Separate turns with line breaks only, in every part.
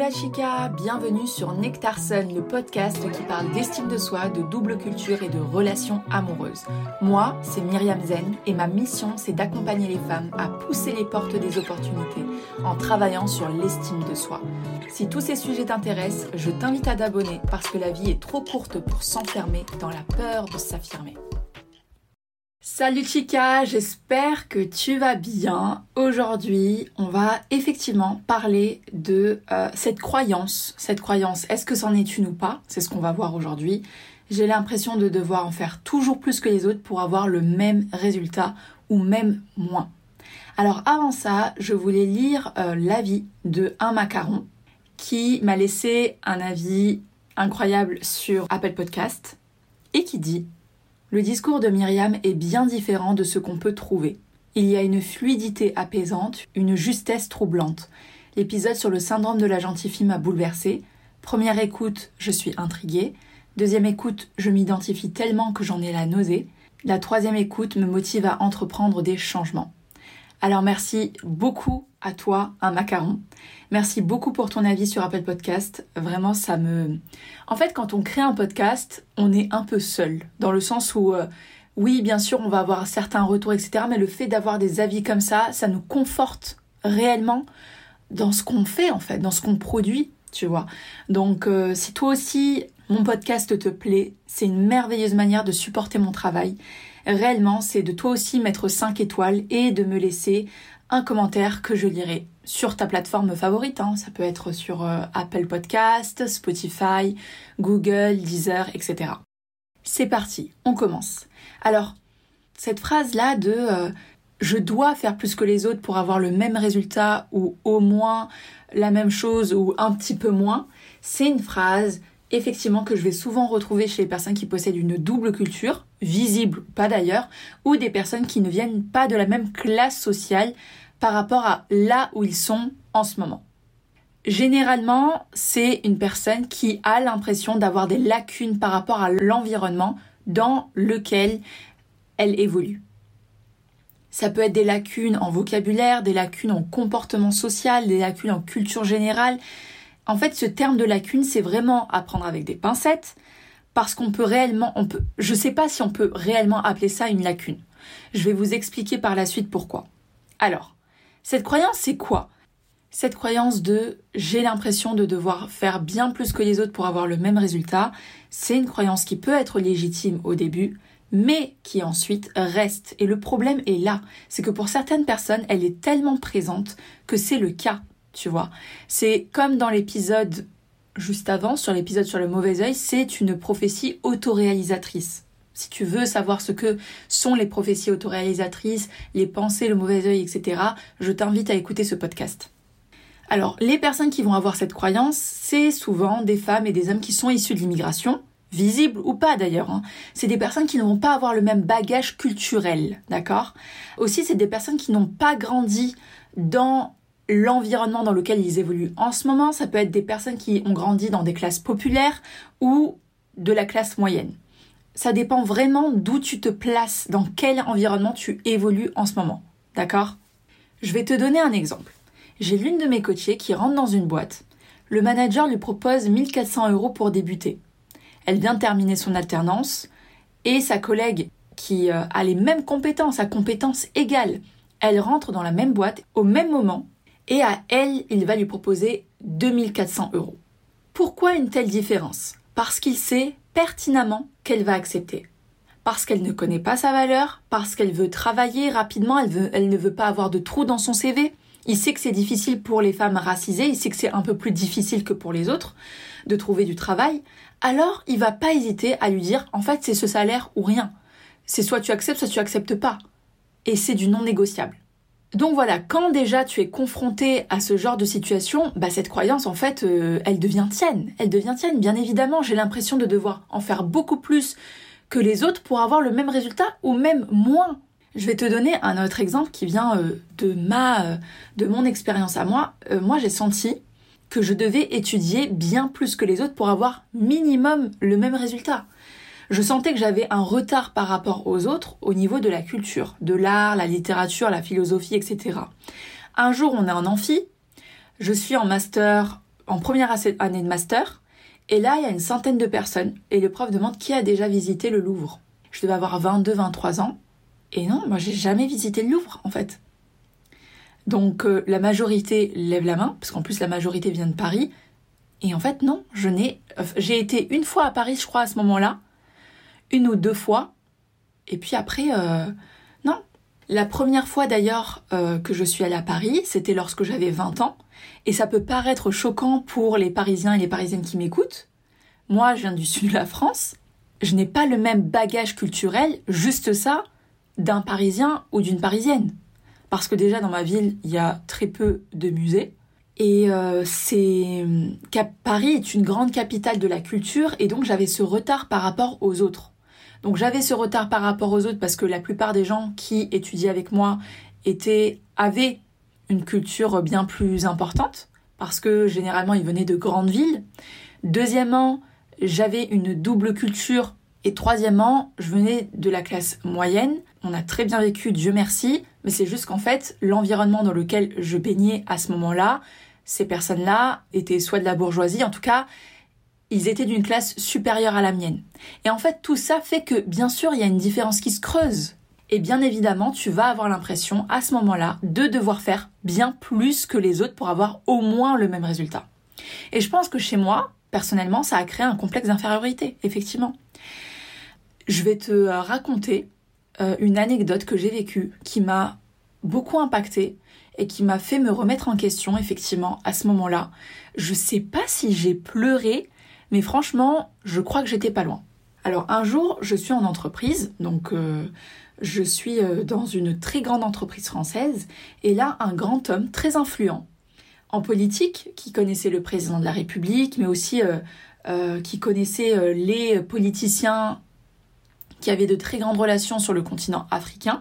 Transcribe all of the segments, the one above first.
la chica, bienvenue sur Nectarson, le podcast qui parle d'estime de soi, de double culture et de relations amoureuses. Moi, c'est Myriam Zen et ma mission, c'est d'accompagner les femmes à pousser les portes des opportunités en travaillant sur l'estime de soi. Si tous ces sujets t'intéressent, je t'invite à t'abonner parce que la vie est trop courte pour s'enfermer dans la peur de s'affirmer. Salut chica, j'espère que tu vas bien. Aujourd'hui, on va effectivement parler de cette croyance. Cette croyance, est-ce que c'en est une ou pas? C'est ce qu'on va voir aujourd'hui. J'ai l'impression de devoir en faire toujours plus que les autres pour avoir le même résultat ou même moins. Alors avant ça, je voulais lire l'avis de un macaron qui m'a laissé un avis incroyable sur Apple Podcast et qui dit: le discours de Myriam est bien différent de ce qu'on peut trouver. Il y a une fluidité apaisante, une justesse troublante. L'épisode sur le syndrome de la gentille fille m'a bouleversée. Première écoute, je suis intriguée. Deuxième écoute, je m'identifie tellement que j'en ai la nausée. La troisième écoute me motive à entreprendre des changements. Alors merci beaucoup à toi, un macaron. Merci beaucoup pour ton avis sur Apple Podcast. Vraiment, ça me... En fait, quand on crée un podcast, on est un peu seul. Dans le sens où, oui, bien sûr, on va avoir certains retours, etc. Mais le fait d'avoir des avis comme ça nous conforte réellement dans ce qu'on fait, en fait, dans ce qu'on produit, tu vois. Donc, si toi aussi, mon podcast te plaît, c'est une merveilleuse manière de supporter mon travail. Réellement, c'est de toi aussi mettre 5 étoiles et de me laisser un commentaire que je lirai sur ta plateforme favorite. Ça peut être sur Apple Podcast, Spotify, Google, Deezer, etc. C'est parti, on commence. Alors, cette phrase-là de je dois faire plus que les autres pour avoir le même résultat ou au moins la même chose ou un petit peu moins, c'est une phrase effectivement que je vais souvent retrouver chez les personnes qui possèdent une double culture, visible ou pas d'ailleurs, ou des personnes qui ne viennent pas de la même classe sociale par rapport à là où ils sont en ce moment. Généralement, c'est une personne qui a l'impression d'avoir des lacunes par rapport à l'environnement dans lequel elle évolue. Ça peut être des lacunes en vocabulaire, des lacunes en comportement social, des lacunes en culture générale. En fait, ce terme de lacune, c'est vraiment à prendre avec des pincettes parce je sais pas si on peut réellement appeler ça une lacune. Je vais vous expliquer par la suite pourquoi. Alors, cette croyance, c'est quoi? Cette croyance de « j'ai l'impression de devoir faire bien plus que les autres pour avoir le même résultat », c'est une croyance qui peut être légitime au début, mais qui ensuite reste. Et le problème est là, c'est que pour certaines personnes, elle est tellement présente que c'est le cas. Tu vois, c'est comme dans l'épisode juste avant, sur l'épisode sur le mauvais œil, c'est une prophétie autoréalisatrice. Si tu veux savoir ce que sont les prophéties autoréalisatrices, les pensées, le mauvais œil, etc., je t'invite à écouter ce podcast. Alors, les personnes qui vont avoir cette croyance, c'est souvent des femmes et des hommes qui sont issus de l'immigration, visibles ou pas d'ailleurs. C'est des personnes qui ne vont pas avoir le même bagage culturel, d'accord? Aussi, c'est des personnes qui n'ont pas grandi dans l'environnement dans lequel ils évoluent en ce moment. Ça peut être des personnes qui ont grandi dans des classes populaires ou de la classe moyenne. Ça dépend vraiment d'où tu te places, dans quel environnement tu évolues en ce moment. D'accord? Je vais te donner un exemple. J'ai l'une de mes coachées qui rentre dans une boîte. Le manager lui propose 1 400 € pour débuter. Elle vient de terminer son alternance et sa collègue qui a les mêmes compétences, à compétences égales, elle rentre dans la même boîte au même moment. Et à elle, il va lui proposer 2 400 €. Pourquoi une telle différence? Parce qu'il sait pertinemment qu'elle va accepter. Parce qu'elle ne connaît pas sa valeur, parce qu'elle veut travailler rapidement, elle ne veut pas avoir de trous dans son CV. Il sait que c'est difficile pour les femmes racisées, il sait que c'est un peu plus difficile que pour les autres de trouver du travail. Alors, il va pas hésiter à lui dire, en fait, c'est ce salaire ou rien. C'est soit tu acceptes, soit tu acceptes pas. Et c'est du non négociable. Donc voilà, quand déjà tu es confronté à ce genre de situation, cette croyance en fait, elle devient tienne. Elle devient tienne, bien évidemment. J'ai l'impression de devoir en faire beaucoup plus que les autres pour avoir le même résultat ou même moins. Je vais te donner un autre exemple qui vient de mon expérience à moi. Moi, j'ai senti que je devais étudier bien plus que les autres pour avoir minimum le même résultat. Je sentais que j'avais un retard par rapport aux autres au niveau de la culture, de l'art, la littérature, la philosophie, etc. Un jour, on est en amphi, je suis en master en première année de master, et là, il y a une centaine de personnes, et le prof demande qui a déjà visité le Louvre. Je devais avoir 22, 23 ans, et non, moi j'ai jamais visité le Louvre, en fait. Donc la majorité lève la main, parce qu'en plus la majorité vient de Paris, et en fait non, j'ai été une fois à Paris, je crois, à ce moment-là, 1 ou 2 fois, et puis après, non. La première fois d'ailleurs que je suis allée à Paris, c'était lorsque j'avais 20 ans, et ça peut paraître choquant pour les Parisiens et les Parisiennes qui m'écoutent. Moi, je viens du sud de la France, je n'ai pas le même bagage culturel, juste ça, d'un Parisien ou d'une Parisienne. Parce que déjà dans ma ville, il y a très peu de musées. Et Paris est une grande capitale de la culture, et donc j'avais ce retard par rapport aux autres. Donc j'avais ce retard par rapport aux autres parce que la plupart des gens qui étudiaient avec moi avaient une culture bien plus importante, parce que généralement ils venaient de grandes villes. Deuxièmement, j'avais une double culture. Et troisièmement, je venais de la classe moyenne. On a très bien vécu, Dieu merci, mais c'est juste qu'en fait, l'environnement dans lequel je baignais à ce moment-là, ces personnes-là étaient soit de la bourgeoisie, en tout cas, ils étaient d'une classe supérieure à la mienne. Et en fait, tout ça fait que, bien sûr, il y a une différence qui se creuse. Et bien évidemment, tu vas avoir l'impression, à ce moment-là, de devoir faire bien plus que les autres pour avoir au moins le même résultat. Et je pense que chez moi, personnellement, ça a créé un complexe d'infériorité, effectivement. Je vais te raconter une anecdote que j'ai vécue qui m'a beaucoup impactée et qui m'a fait me remettre en question, effectivement, à ce moment-là. Je sais pas si j'ai pleuré, mais franchement, je crois que j'étais pas loin. Alors un jour, je suis en entreprise, donc je suis dans une très grande entreprise française, et là, un grand homme très influent en politique, qui connaissait le président de la République, mais aussi qui connaissait les politiciens qui avaient de très grandes relations sur le continent africain.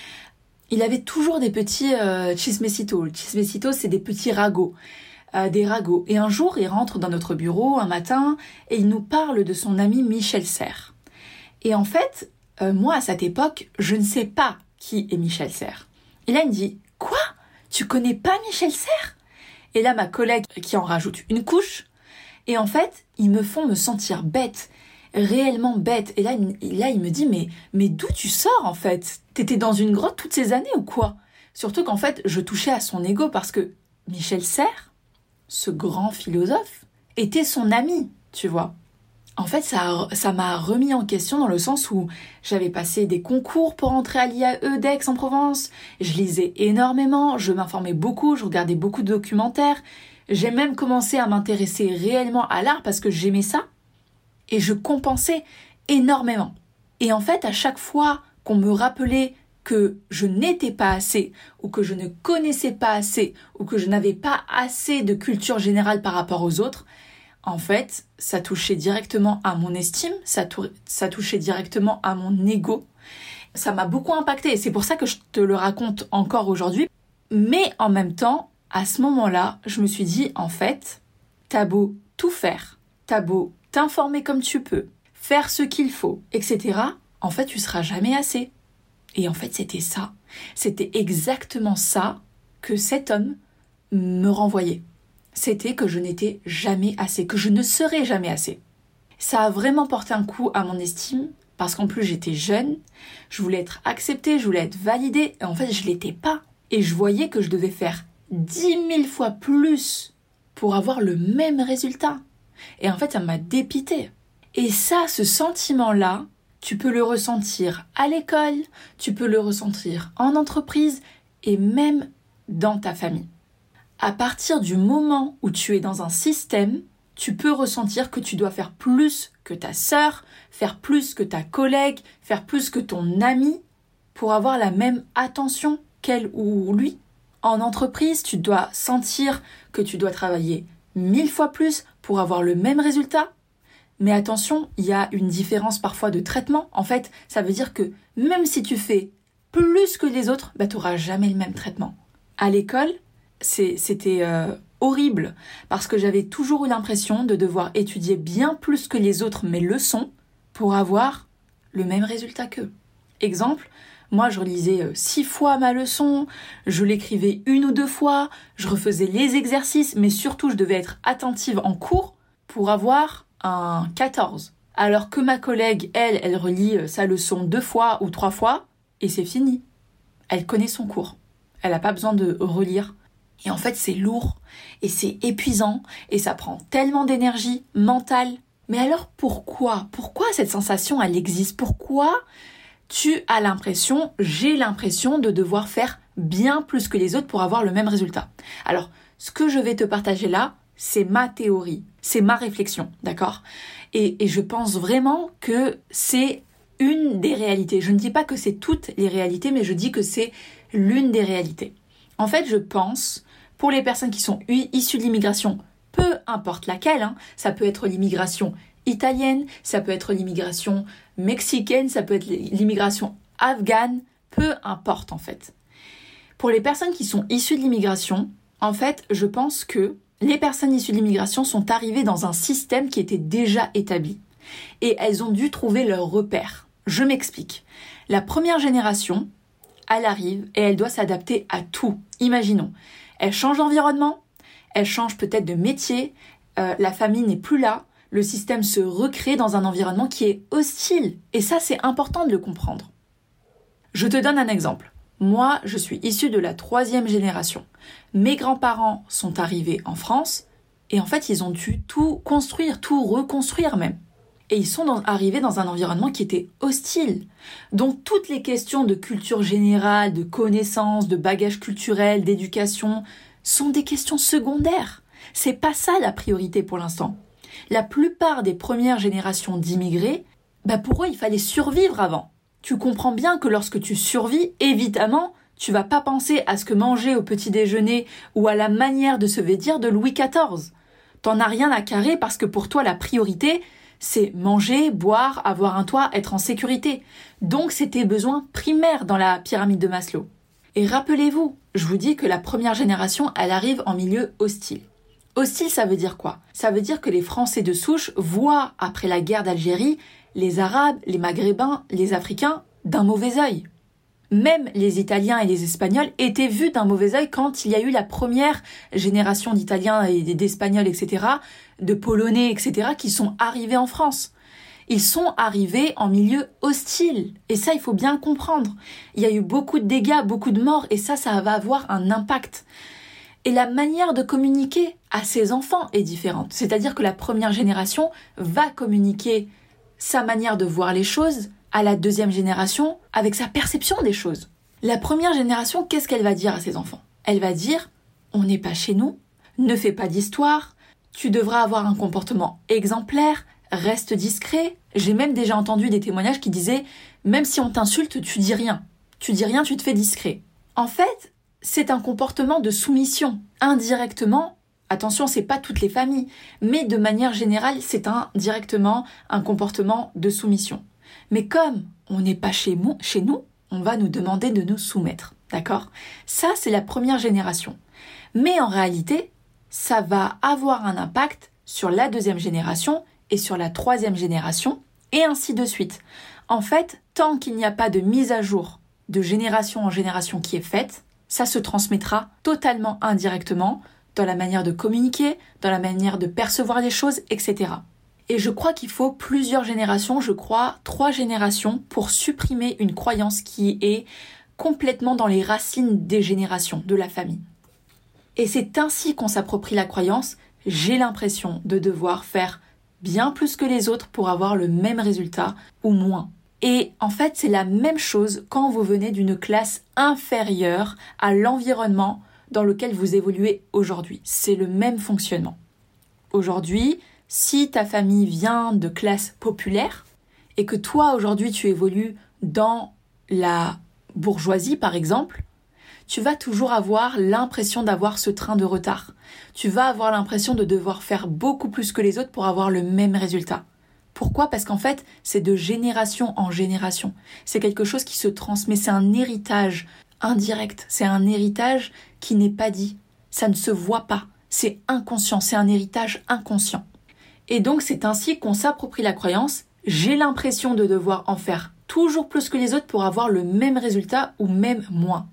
Il avait toujours des petits chismecitos. Chismecitos, c'est des petits ragots. Des ragots. Et un jour, il rentre dans notre bureau un matin et il nous parle de son ami Michel Serres. Et en fait, moi, à cette époque, je ne sais pas qui est Michel Serres. Et là, il me dit « Quoi ? Tu connais pas Michel Serres ?» Et là, ma collègue qui en rajoute une couche. Et en fait, ils me font me sentir bête. Réellement bête. Et là, il me dit mais d'où tu sors en fait ? T'étais dans une grotte toutes ces années ou quoi ? Surtout qu'en fait, je touchais à son ego parce que Michel Serres, ce grand philosophe, était son ami, tu vois. En fait, ça m'a remis en question dans le sens où j'avais passé des concours pour entrer à l'IAE d'Aix-en-Provence. Je lisais énormément, je m'informais beaucoup, je regardais beaucoup de documentaires. J'ai même commencé à m'intéresser réellement à l'art parce que j'aimais ça. Et je compensais énormément. Et en fait, à chaque fois qu'on me rappelait que je n'étais pas assez, ou que je ne connaissais pas assez, ou que je n'avais pas assez de culture générale par rapport aux autres, en fait, ça touchait directement à mon estime, ça touchait directement à mon ego. Ça m'a beaucoup impacté et c'est pour ça que je te le raconte encore aujourd'hui. Mais en même temps, à ce moment-là, je me suis dit, en fait, t'as beau tout faire, t'as beau t'informer comme tu peux, faire ce qu'il faut, etc. En fait, tu seras jamais assez. Et en fait, c'était ça. C'était exactement ça que cet homme me renvoyait. C'était que je n'étais jamais assez, que je ne serais jamais assez. Ça a vraiment porté un coup à mon estime, parce qu'en plus j'étais jeune, je voulais être acceptée, je voulais être validée, et en fait je l'étais pas. Et je voyais que je devais faire 10 000 fois plus pour avoir le même résultat. Et en fait, ça m'a dépitée. Et ça, ce sentiment-là, tu peux le ressentir à l'école, tu peux le ressentir en entreprise et même dans ta famille. À partir du moment où tu es dans un système, tu peux ressentir que tu dois faire plus que ta sœur, faire plus que ta collègue, faire plus que ton ami pour avoir la même attention qu'elle ou lui. En entreprise, tu dois sentir que tu dois travailler 1000 fois plus pour avoir le même résultat. Mais attention, il y a une différence parfois de traitement. En fait, ça veut dire que même si tu fais plus que les autres, tu n'auras jamais le même traitement. À l'école, c'était horrible parce que j'avais toujours eu l'impression de devoir étudier bien plus que les autres mes leçons pour avoir le même résultat qu'eux. Exemple, Moi, je relisais 6 fois ma leçon, je l'écrivais 1 ou 2 fois, je refaisais les exercices, mais surtout, je devais être attentive en cours pour avoir un 14. Alors que ma collègue, elle relit sa leçon 2 fois ou 3 fois, et c'est fini. Elle connaît son cours. Elle n'a pas besoin de relire. Et en fait, c'est lourd, et c'est épuisant, et ça prend tellement d'énergie mentale. Mais alors pourquoi cette sensation, elle existe? Pourquoi j'ai l'impression de devoir faire bien plus que les autres pour avoir le même résultat? Alors, ce que je vais te partager là, c'est ma théorie, c'est ma réflexion, d'accord? Et je pense vraiment que c'est une des réalités. Je ne dis pas que c'est toutes les réalités, mais je dis que c'est l'une des réalités. En fait, je pense, pour les personnes qui sont issues de l'immigration, peu importe laquelle, ça peut être l'immigration italienne, ça peut être l'immigration mexicaine, ça peut être l'immigration afghane, peu importe en fait. Pour les personnes qui sont issues de l'immigration, en fait, je pense que les personnes issues de l'immigration sont arrivées dans un système qui était déjà établi. Et elles ont dû trouver leur repère. Je m'explique. La première génération, elle arrive et elle doit s'adapter à tout. Imaginons, elle change d'environnement, elle change peut-être de métier, la famille n'est plus là, le système se recrée dans un environnement qui est hostile. Et ça, c'est important de le comprendre. Je te donne un exemple. Moi, je suis issue de la 3e génération. Mes grands-parents sont arrivés en France et en fait, ils ont dû tout construire, tout reconstruire même. Et ils sont arrivés dans un environnement qui était hostile. Donc, toutes les questions de culture générale, de connaissances, de bagages culturels, d'éducation sont des questions secondaires. C'est pas ça la priorité pour l'instant. La plupart des premières générations d'immigrés, pour eux, il fallait survivre avant. Tu comprends bien que lorsque tu survis, évidemment, tu vas pas penser à ce que manger au petit déjeuner ou à la manière de se vêtir de Louis XIV. T'en as rien à carrer parce que pour toi, la priorité, c'est manger, boire, avoir un toit, être en sécurité. Donc, c'est tes besoins primaires dans la pyramide de Maslow. Et rappelez-vous, je vous dis que la première génération, elle arrive en milieu hostile. Hostile, ça veut dire quoi? Ça veut dire que les Français de souche voient, après la guerre d'Algérie, les Arabes, les Maghrébins, les Africains d'un mauvais œil. Même les Italiens et les Espagnols étaient vus d'un mauvais œil quand il y a eu la première génération d'Italiens et d'Espagnols, etc., de Polonais, etc., qui sont arrivés en France. Ils sont arrivés en milieu hostile. Et ça, il faut bien comprendre. Il y a eu beaucoup de dégâts, beaucoup de morts, et ça va avoir un impact. Et la manière de communiquer à ses enfants est différente. C'est-à-dire que la première génération va communiquer sa manière de voir les choses à la 2e génération avec sa perception des choses. La première génération, qu'est-ce qu'elle va dire à ses enfants? Elle va dire « on n'est pas chez nous, ne fais pas d'histoire, tu devras avoir un comportement exemplaire, reste discret ». J'ai même déjà entendu des témoignages qui disaient « même si on t'insulte, tu dis rien, tu te fais discret ». En fait, c'est un comportement de soumission. Indirectement, attention, c'est pas toutes les familles, mais de manière générale, c'est indirectement un comportement de soumission. Mais comme on n'est pas chez nous, on va nous demander de nous soumettre, d'accord? Ça, c'est la première génération. Mais en réalité, ça va avoir un impact sur la 2e génération et sur la 3e génération, et ainsi de suite. En fait, tant qu'il n'y a pas de mise à jour de génération en génération qui est faite, ça se transmettra totalement indirectement dans la manière de communiquer, dans la manière de percevoir les choses, etc. Et je crois qu'il faut plusieurs générations, 3 générations pour supprimer une croyance qui est complètement dans les racines des générations, de la famille. Et c'est ainsi qu'on s'approprie la croyance, j'ai l'impression de devoir faire bien plus que les autres pour avoir le même résultat ou moins. Et en fait, c'est la même chose quand vous venez d'une classe inférieure à l'environnement dans lequel vous évoluez aujourd'hui. C'est le même fonctionnement. Aujourd'hui, si ta famille vient de classe populaire et que toi, aujourd'hui, tu évolues dans la bourgeoisie, par exemple, tu vas toujours avoir l'impression d'avoir ce train de retard. Tu vas avoir l'impression de devoir faire beaucoup plus que les autres pour avoir le même résultat. Pourquoi? Parce qu'en fait, c'est de génération en génération. C'est quelque chose qui se transmet, c'est un héritage indirect, c'est un héritage qui n'est pas dit. Ça ne se voit pas, c'est inconscient, c'est un héritage inconscient. Et donc, c'est ainsi qu'on s'approprie la croyance. J'ai l'impression de devoir en faire toujours plus que les autres pour avoir le même résultat ou même moins.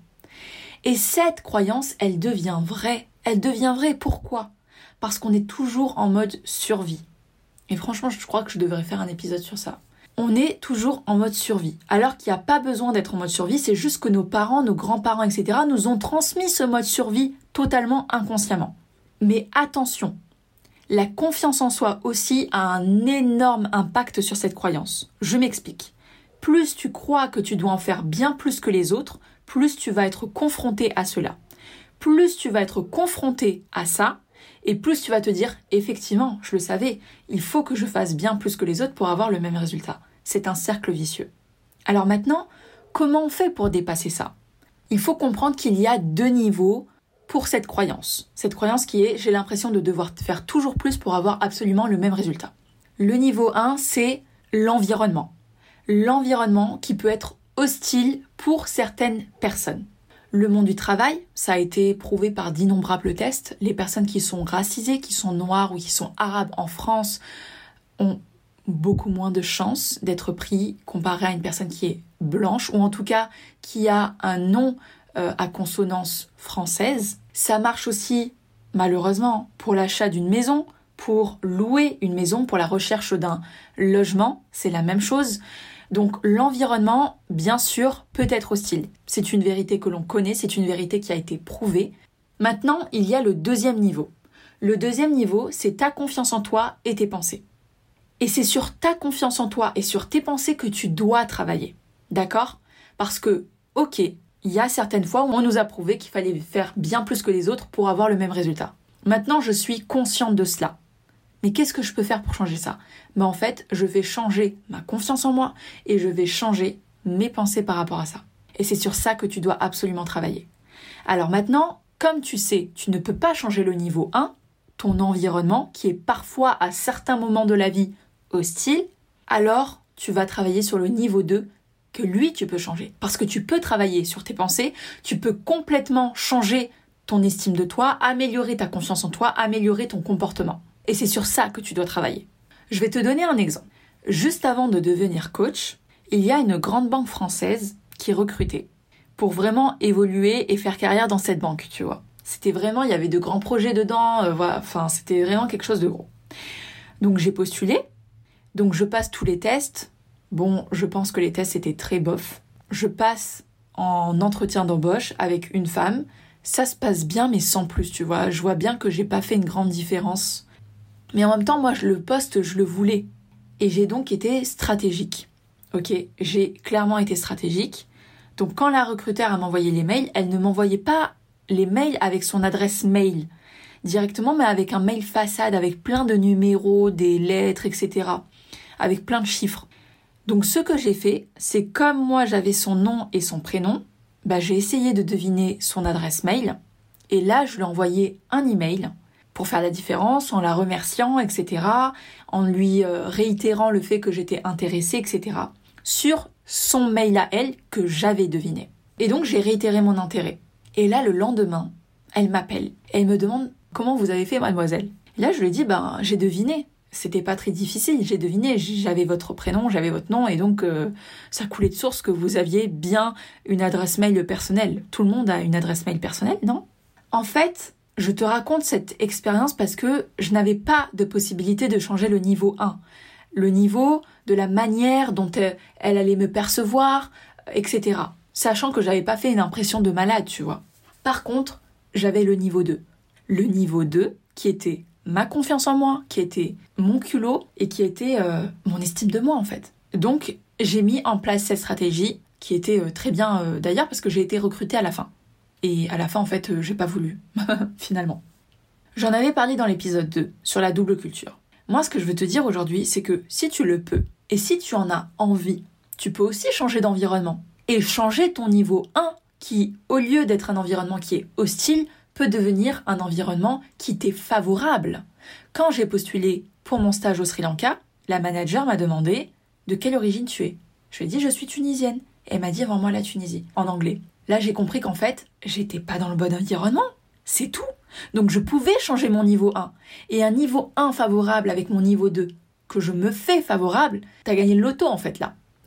Et cette croyance, elle devient vraie. Elle devient vraie, pourquoi ? Parce qu'on est toujours en mode survie. Et franchement, je crois que je devrais faire un épisode sur ça. On est toujours en mode survie. Alors qu'il n'y a pas besoin d'être en mode survie, c'est juste que nos parents, nos grands-parents, etc. nous ont transmis ce mode survie totalement inconsciemment. Mais attention, la confiance en soi aussi a un énorme impact sur cette croyance. Je m'explique. Plus tu crois que tu dois en faire bien plus que les autres, plus tu vas être confronté à cela. Plus tu vas être confronté à ça, et plus tu vas te dire, effectivement, je le savais, il faut que je fasse bien plus que les autres pour avoir le même résultat. C'est un cercle vicieux. Alors maintenant, comment on fait pour dépasser ça ? Il faut comprendre qu'il y a 2 niveaux pour cette croyance. Cette croyance qui est, j'ai l'impression de devoir faire toujours plus pour avoir absolument le même résultat. Le niveau 1, c'est l'environnement. L'environnement qui peut être hostile pour certaines personnes. Le monde du travail, ça a été prouvé par d'innombrables tests. Les personnes qui sont racisées, qui sont noires ou qui sont arabes en France ont beaucoup moins de chances d'être pris comparé à une personne qui est blanche ou en tout cas qui a un nom à consonance française. Ça marche aussi, malheureusement, pour l'achat d'une maison, pour louer une maison, pour la recherche d'un logement, c'est la même chose. Donc l'environnement, bien sûr, peut être hostile. C'est une vérité que l'on connaît, c'est une vérité qui a été prouvée. Maintenant, il y a le 2e niveau. Le 2e niveau, c'est ta confiance en toi et tes pensées. Et c'est sur ta confiance en toi et sur tes pensées que tu dois travailler. D'accord ? Parce que, ok, il y a certaines fois où on nous a prouvé qu'il fallait faire bien plus que les autres pour avoir le même résultat. Maintenant, je suis consciente de cela. Mais qu'est-ce que je peux faire pour changer ça ? En fait, je vais changer ma confiance en moi et je vais changer mes pensées par rapport à ça. Et c'est sur ça que tu dois absolument travailler. Alors maintenant, comme tu sais, tu ne peux pas changer le niveau 1, ton environnement, qui est parfois à certains moments de la vie hostile, alors tu vas travailler sur le niveau 2, que lui tu peux changer. Parce que tu peux travailler sur tes pensées, tu peux complètement changer ton estime de toi, améliorer ta confiance en toi, améliorer ton comportement. Et c'est sur ça que tu dois travailler. Je vais te donner un exemple. Juste avant de devenir coach, il y a une grande banque française qui recrutait pour vraiment évoluer et faire carrière dans cette banque, tu vois. C'était vraiment, il y avait de grands projets dedans, voilà, c'était vraiment quelque chose de gros. Donc j'ai postulé, donc je passe tous les tests. Bon, je pense que les tests étaient très bof. Je passe en entretien d'embauche avec une femme. Ça se passe bien, mais sans plus, tu vois. Je vois bien que j'ai pas fait une grande différence. Mais en même temps, moi, le poste, je le voulais. Et j'ai donc été stratégique. Ok, j'ai clairement été stratégique. Donc, quand la recruteur a m'envoyé les mails, elle ne m'envoyait pas les mails avec son adresse mail directement, mais avec un mail façade, avec plein de numéros, des lettres, etc. Avec plein de chiffres. Donc, ce que j'ai fait, c'est comme moi, j'avais son nom et son prénom, j'ai essayé de deviner son adresse mail. Et là, je lui ai envoyé un email pour faire la différence, en la remerciant, etc., en lui réitérant le fait que j'étais intéressée, etc., sur son mail à elle que j'avais deviné. Et donc, j'ai réitéré mon intérêt. Et là, le lendemain, elle m'appelle. Et elle me demande « Comment vous avez fait, mademoiselle ?» Et là, je lui ai dit « J'ai deviné. C'était pas très difficile, j'ai deviné. J'avais votre prénom, j'avais votre nom, et donc ça coulait de source que vous aviez bien une adresse mail personnelle. Tout le monde a une adresse mail personnelle, non ? En fait, je te raconte cette expérience parce que je n'avais pas de possibilité de changer le niveau 1. Le niveau de la manière dont elle allait me percevoir, etc. Sachant que j'avais pas fait une impression de malade, tu vois. Par contre, j'avais le niveau 2. Le niveau 2 qui était ma confiance en moi, qui était mon culot et qui était mon estime de moi en fait. Donc, j'ai mis en place cette stratégie qui était très bien d'ailleurs parce que j'ai été recrutée à la fin. Et à la fin, en fait, j'ai pas voulu, finalement. J'en avais parlé dans l'épisode 2, sur la double culture. Moi, ce que je veux te dire aujourd'hui, c'est que si tu le peux, et si tu en as envie, tu peux aussi changer d'environnement. Et changer ton niveau 1, qui, au lieu d'être un environnement qui est hostile, peut devenir un environnement qui t'est favorable. Quand j'ai postulé pour mon stage au Sri Lanka, la manager m'a demandé « De quelle origine tu es ?» Je lui ai dit « Je suis tunisienne ». Et elle m'a dit « Rends-moi la Tunisie », en anglais. Là, j'ai compris qu'en fait, j'étais pas dans le bon environnement. C'est tout. Donc, je pouvais changer mon niveau 1. Et un niveau 1 favorable avec mon niveau 2, que je me fais favorable, t'as gagné le loto, en fait, là.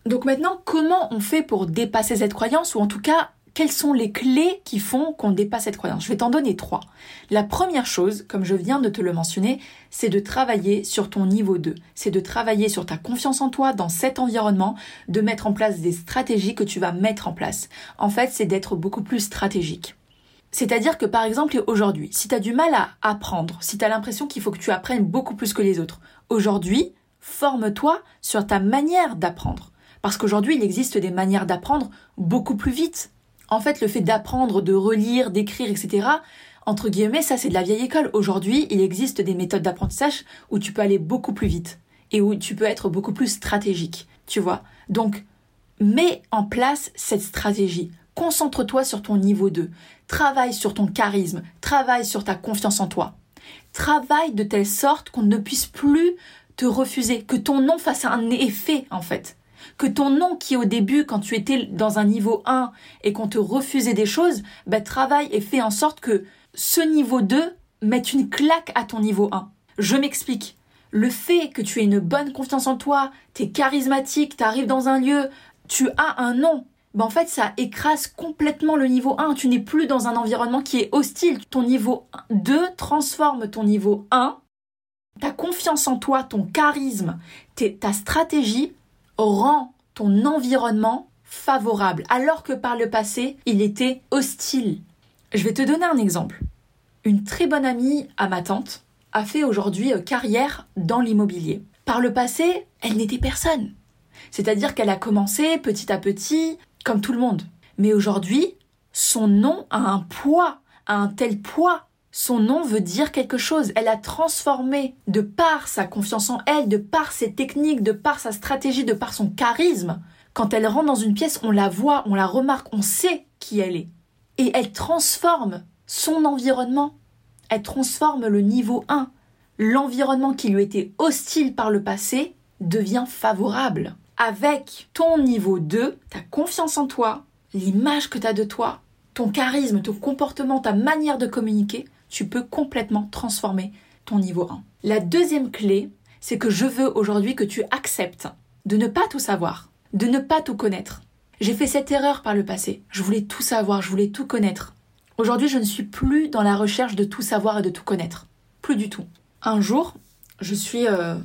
Donc maintenant, comment on fait pour dépasser cette croyance, ou en tout cas, quelles sont les clés qui font qu'on dépasse cette croyance? Je vais t'en donner 3. La première chose, comme je viens de te le mentionner, c'est de travailler sur ton niveau 2. C'est de travailler sur ta confiance en toi dans cet environnement, de mettre en place des stratégies que tu vas mettre en place. En fait, c'est d'être beaucoup plus stratégique. C'est-à-dire que par exemple, aujourd'hui, si tu as du mal à apprendre, si tu as l'impression qu'il faut que tu apprennes beaucoup plus que les autres, aujourd'hui, forme-toi sur ta manière d'apprendre. Parce qu'aujourd'hui, il existe des manières d'apprendre beaucoup plus vite. En fait, le fait d'apprendre, de relire, d'écrire, etc., entre guillemets, ça c'est de la vieille école. Aujourd'hui, il existe des méthodes d'apprentissage où tu peux aller beaucoup plus vite et où tu peux être beaucoup plus stratégique, tu vois. Donc, mets en place cette stratégie. Concentre-toi sur ton niveau 2. Travaille sur ton charisme. Travaille sur ta confiance en toi. Travaille de telle sorte qu'on ne puisse plus te refuser, que ton nom fasse un effet, en fait. Que ton nom qui au début, quand tu étais dans un niveau 1 et qu'on te refusait des choses, travaille et fais en sorte que ce niveau 2 mette une claque à ton niveau 1. Je m'explique. Le fait que tu aies une bonne confiance en toi, tu es charismatique, tu arrives dans un lieu, tu as un nom, en fait ça écrase complètement le niveau 1. Tu n'es plus dans un environnement qui est hostile. Ton niveau 2 transforme ton niveau 1. Ta confiance en toi, ton charisme, ta stratégie rend ton environnement favorable, alors que par le passé, il était hostile. Je vais te donner un exemple. Une très bonne amie à ma tante a fait aujourd'hui carrière dans l'immobilier. Par le passé, elle n'était personne. C'est-à-dire qu'elle a commencé petit à petit, comme tout le monde. Mais aujourd'hui, son nom a un poids, a un tel poids. Son nom veut dire quelque chose. Elle a transformé, de par sa confiance en elle, de par ses techniques, de par sa stratégie, de par son charisme. Quand elle rentre dans une pièce, on la voit, on la remarque, on sait qui elle est. Et elle transforme son environnement. Elle transforme le niveau 1. L'environnement qui lui était hostile par le passé devient favorable. Avec ton niveau 2, ta confiance en toi, l'image que tu as de toi, ton charisme, ton comportement, ta manière de communiquer, tu peux complètement transformer ton niveau 1. La deuxième clé, c'est que je veux aujourd'hui que tu acceptes de ne pas tout savoir, de ne pas tout connaître. J'ai fait cette erreur par le passé. Je voulais tout savoir, je voulais tout connaître. Aujourd'hui, je ne suis plus dans la recherche de tout savoir et de tout connaître. Plus du tout. Un jour, je suis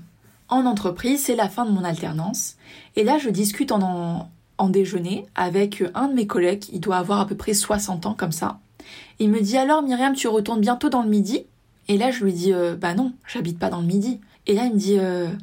en entreprise, c'est la fin de mon alternance. Et là, je discute en déjeuner avec un de mes collègues. Il doit avoir à peu près 60 ans comme ça. Il me dit « Alors Myriam, tu retournes bientôt dans le Midi ?» Et là, je lui dis « Non, j'habite pas dans le Midi. » Et là, il me dit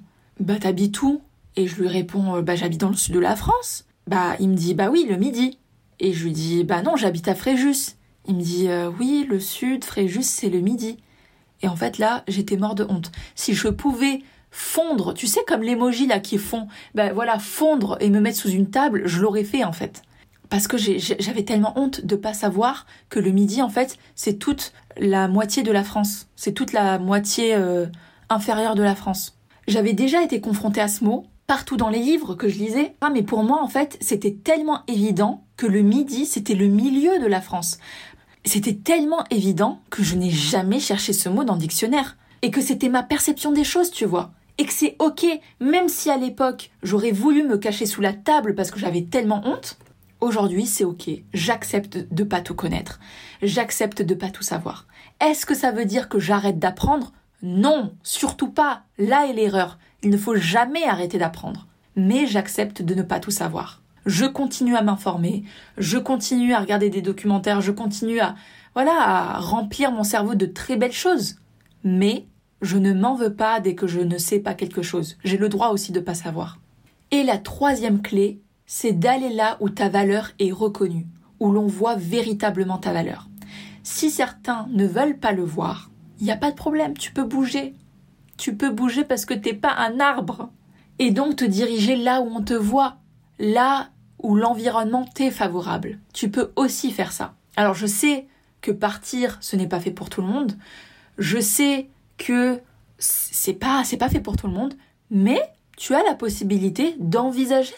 « T'habites où ?» Et je lui réponds « J'habite dans le sud de la France. » Il me dit « Oui, le Midi. » Et je lui dis « Non, j'habite à Fréjus. » Il me dit « Oui, le sud, Fréjus, c'est le Midi. » Et en fait, là, j'étais mort de honte. Si je pouvais fondre, tu sais, comme l'emoji là qui fond, fondre et me mettre sous une table, je l'aurais fait en fait. Parce que j'avais tellement honte de pas savoir que le Midi, en fait, c'est toute la moitié de la France. C'est toute la moitié inférieure de la France. J'avais déjà été confrontée à ce mot partout dans les livres que je lisais. Mais pour moi, en fait, c'était tellement évident que le Midi, c'était le milieu de la France. C'était tellement évident que je n'ai jamais cherché ce mot dans le dictionnaire. Et que c'était ma perception des choses, tu vois. Et que c'est ok, même si à l'époque, j'aurais voulu me cacher sous la table parce que j'avais tellement honte. Aujourd'hui, c'est ok. J'accepte de pas tout connaître. J'accepte de pas tout savoir. Est-ce que ça veut dire que j'arrête d'apprendre ? Non, surtout pas. Là est l'erreur. Il ne faut jamais arrêter d'apprendre. Mais j'accepte de ne pas tout savoir. Je continue à m'informer. Je continue à regarder des documentaires. Je continue à remplir mon cerveau de très belles choses. Mais je ne m'en veux pas dès que je ne sais pas quelque chose. J'ai le droit aussi de pas savoir. Et la troisième clé, c'est d'aller là où ta valeur est reconnue, où l'on voit véritablement ta valeur. Si certains ne veulent pas le voir, il n'y a pas de problème, tu peux bouger. Tu peux bouger parce que t'es pas un arbre. Et donc te diriger là où on te voit, là où l'environnement t'est favorable. Tu peux aussi faire ça. Alors je sais que partir, ce n'est pas fait pour tout le monde. Je sais que c'est pas fait pour tout le monde, mais tu as la possibilité d'envisager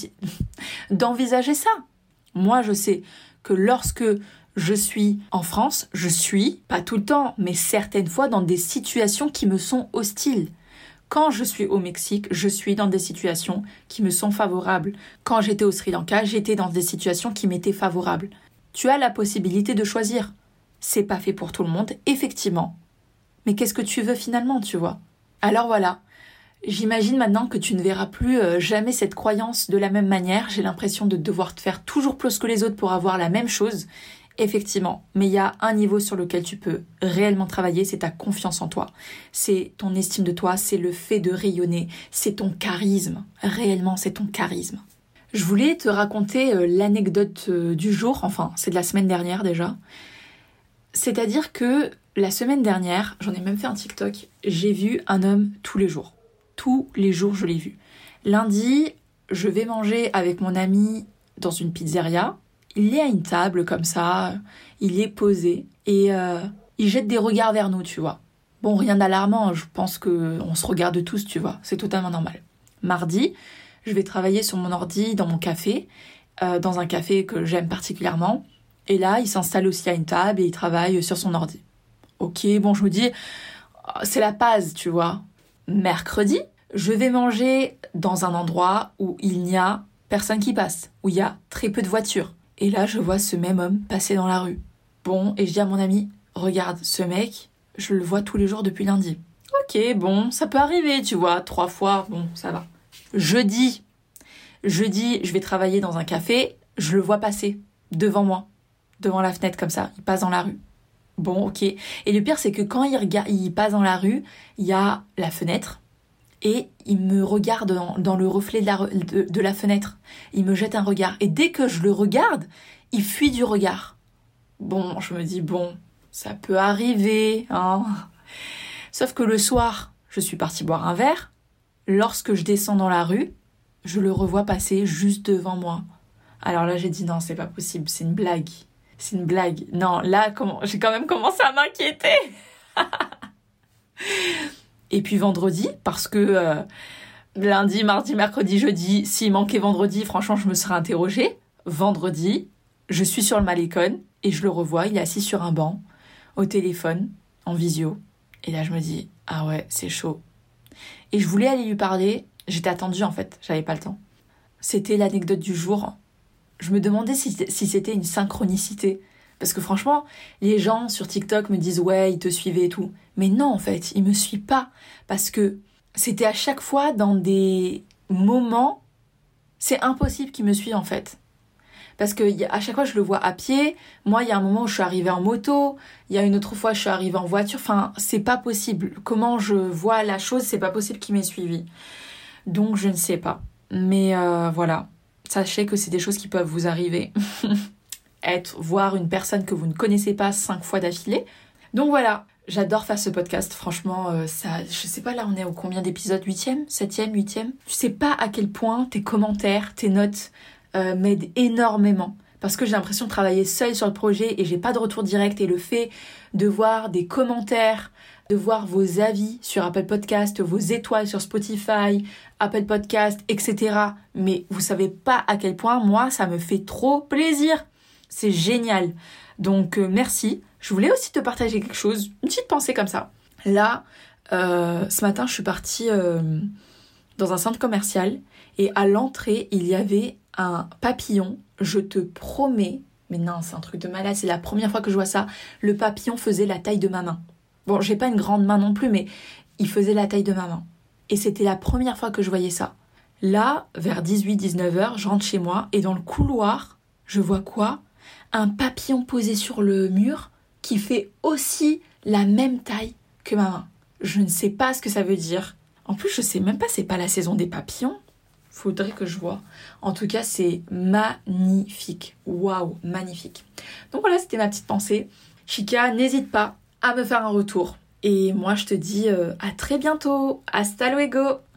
d'envisager ça. Moi, je sais que lorsque je suis en France, je suis, pas tout le temps, mais certaines fois dans des situations qui me sont hostiles. Quand je suis au Mexique, je suis dans des situations qui me sont favorables. Quand j'étais au Sri Lanka, j'étais dans des situations qui m'étaient favorables. Tu as la possibilité de choisir. C'est pas fait pour tout le monde, effectivement. Mais qu'est-ce que tu veux finalement, tu vois? Alors voilà. J'imagine maintenant que tu ne verras plus jamais cette croyance de la même manière. J'ai l'impression de devoir te faire toujours plus que les autres pour avoir la même chose. Effectivement, mais il y a un niveau sur lequel tu peux réellement travailler, c'est ta confiance en toi. C'est ton estime de toi, c'est le fait de rayonner, c'est ton charisme. Réellement, c'est ton charisme. Je voulais te raconter l'anecdote du jour, enfin, c'est de la semaine dernière déjà. C'est-à-dire que la semaine dernière, j'en ai même fait un TikTok, j'ai vu un homme tous les jours. Tous les jours, je l'ai vu. Lundi, je vais manger avec mon ami dans une pizzeria. Il est à une table comme ça, il est posé et il jette des regards vers nous, tu vois. Bon, rien d'alarmant, je pense qu'on se regarde tous, tu vois, c'est totalement normal. Mardi, je vais travailler sur mon ordi dans mon café, dans un café que j'aime particulièrement. Et là, il s'installe aussi à une table et il travaille sur son ordi. Ok, bon, je me dis, c'est la base, tu vois. Mercredi, je vais manger dans un endroit où il n'y a personne qui passe, où il y a très peu de voitures. Et là, je vois ce même homme passer dans la rue. Bon, et je dis à mon ami, regarde, ce mec, je le vois tous les jours depuis lundi. Ok, bon, ça peut arriver, tu vois, 3 fois, bon, ça va. Jeudi, je vais travailler dans un café, je le vois passer devant moi, devant la fenêtre comme ça, il passe dans la rue. Bon, ok. Et le pire, c'est que quand il passe dans la rue, il y a la fenêtre, et il me regarde dans le reflet de la fenêtre. Il me jette un regard. Et dès que je le regarde, il fuit du regard. Bon, je me dis, bon, ça peut arriver, hein. Sauf que le soir, je suis partie boire un verre. Lorsque je descends dans la rue, je le revois passer juste devant moi. Alors là, j'ai dit, non, c'est pas possible, c'est une blague. C'est une blague. Non, là, j'ai quand même commencé à m'inquiéter. Et puis vendredi, parce que lundi, mardi, mercredi, jeudi, s'il manquait vendredi, franchement, je me serais interrogée. Vendredi, je suis sur le Malecon et je le revois, il est assis sur un banc, au téléphone, en visio. Et là, je me dis, ah ouais, c'est chaud. Et je voulais aller lui parler, j'étais attendue en fait, j'avais pas le temps. C'était l'anecdote du jour. Je me demandais si c'était une synchronicité. Parce que franchement, les gens sur TikTok me disent « Ouais, ils te suivaient et tout ». Mais non, en fait, ils me suivent pas. Parce que c'était à chaque fois dans des moments... C'est impossible qu'ils me suivent, en fait. Parce que à chaque fois, je le vois à pied. Moi, il y a un moment où je suis arrivée en moto. Il y a une autre fois, je suis arrivée en voiture. Enfin, c'est pas possible. Comment je vois la chose, c'est pas possible qu'ils m'aient suivi. Donc, je ne sais pas. Mais voilà. Sachez que c'est des choses qui peuvent vous arriver. Voir une personne que vous ne connaissez pas 5 fois d'affilée. Donc voilà, j'adore faire ce podcast. Franchement, je sais pas, là on est au combien d'épisodes? 8e, 7e, 8e. Je sais pas à quel point tes commentaires, tes notes m'aident énormément. Parce que j'ai l'impression de travailler seule sur le projet et j'ai pas de retour direct. Et le fait de voir des commentaires, de voir vos avis sur Apple Podcast, vos étoiles sur Spotify, Apple Podcast, etc. Mais vous savez pas à quel point, moi, ça me fait trop plaisir. C'est génial. Donc, merci. Je voulais aussi te partager quelque chose, une petite pensée comme ça. Là, ce matin, je suis partie dans un centre commercial et à l'entrée, il y avait un papillon. Je te promets, mais non, c'est un truc de malade, c'est la première fois que je vois ça. Le papillon faisait la taille de ma main. Bon, j'ai pas une grande main non plus, mais il faisait la taille de ma main. Et c'était la première fois que je voyais ça. Là, vers 18-19 heures, je rentre chez moi et dans le couloir, je vois quoi ? Un papillon posé sur le mur qui fait aussi la même taille que ma main. Je ne sais pas ce que ça veut dire. En plus, je sais même pas, c'est pas la saison des papillons. Faudrait que je vois. En tout cas, c'est magnifique. Waouh, magnifique. Donc voilà, c'était ma petite pensée. Chica, n'hésite pas à me faire un retour. Et moi, je te dis à très bientôt. Hasta luego.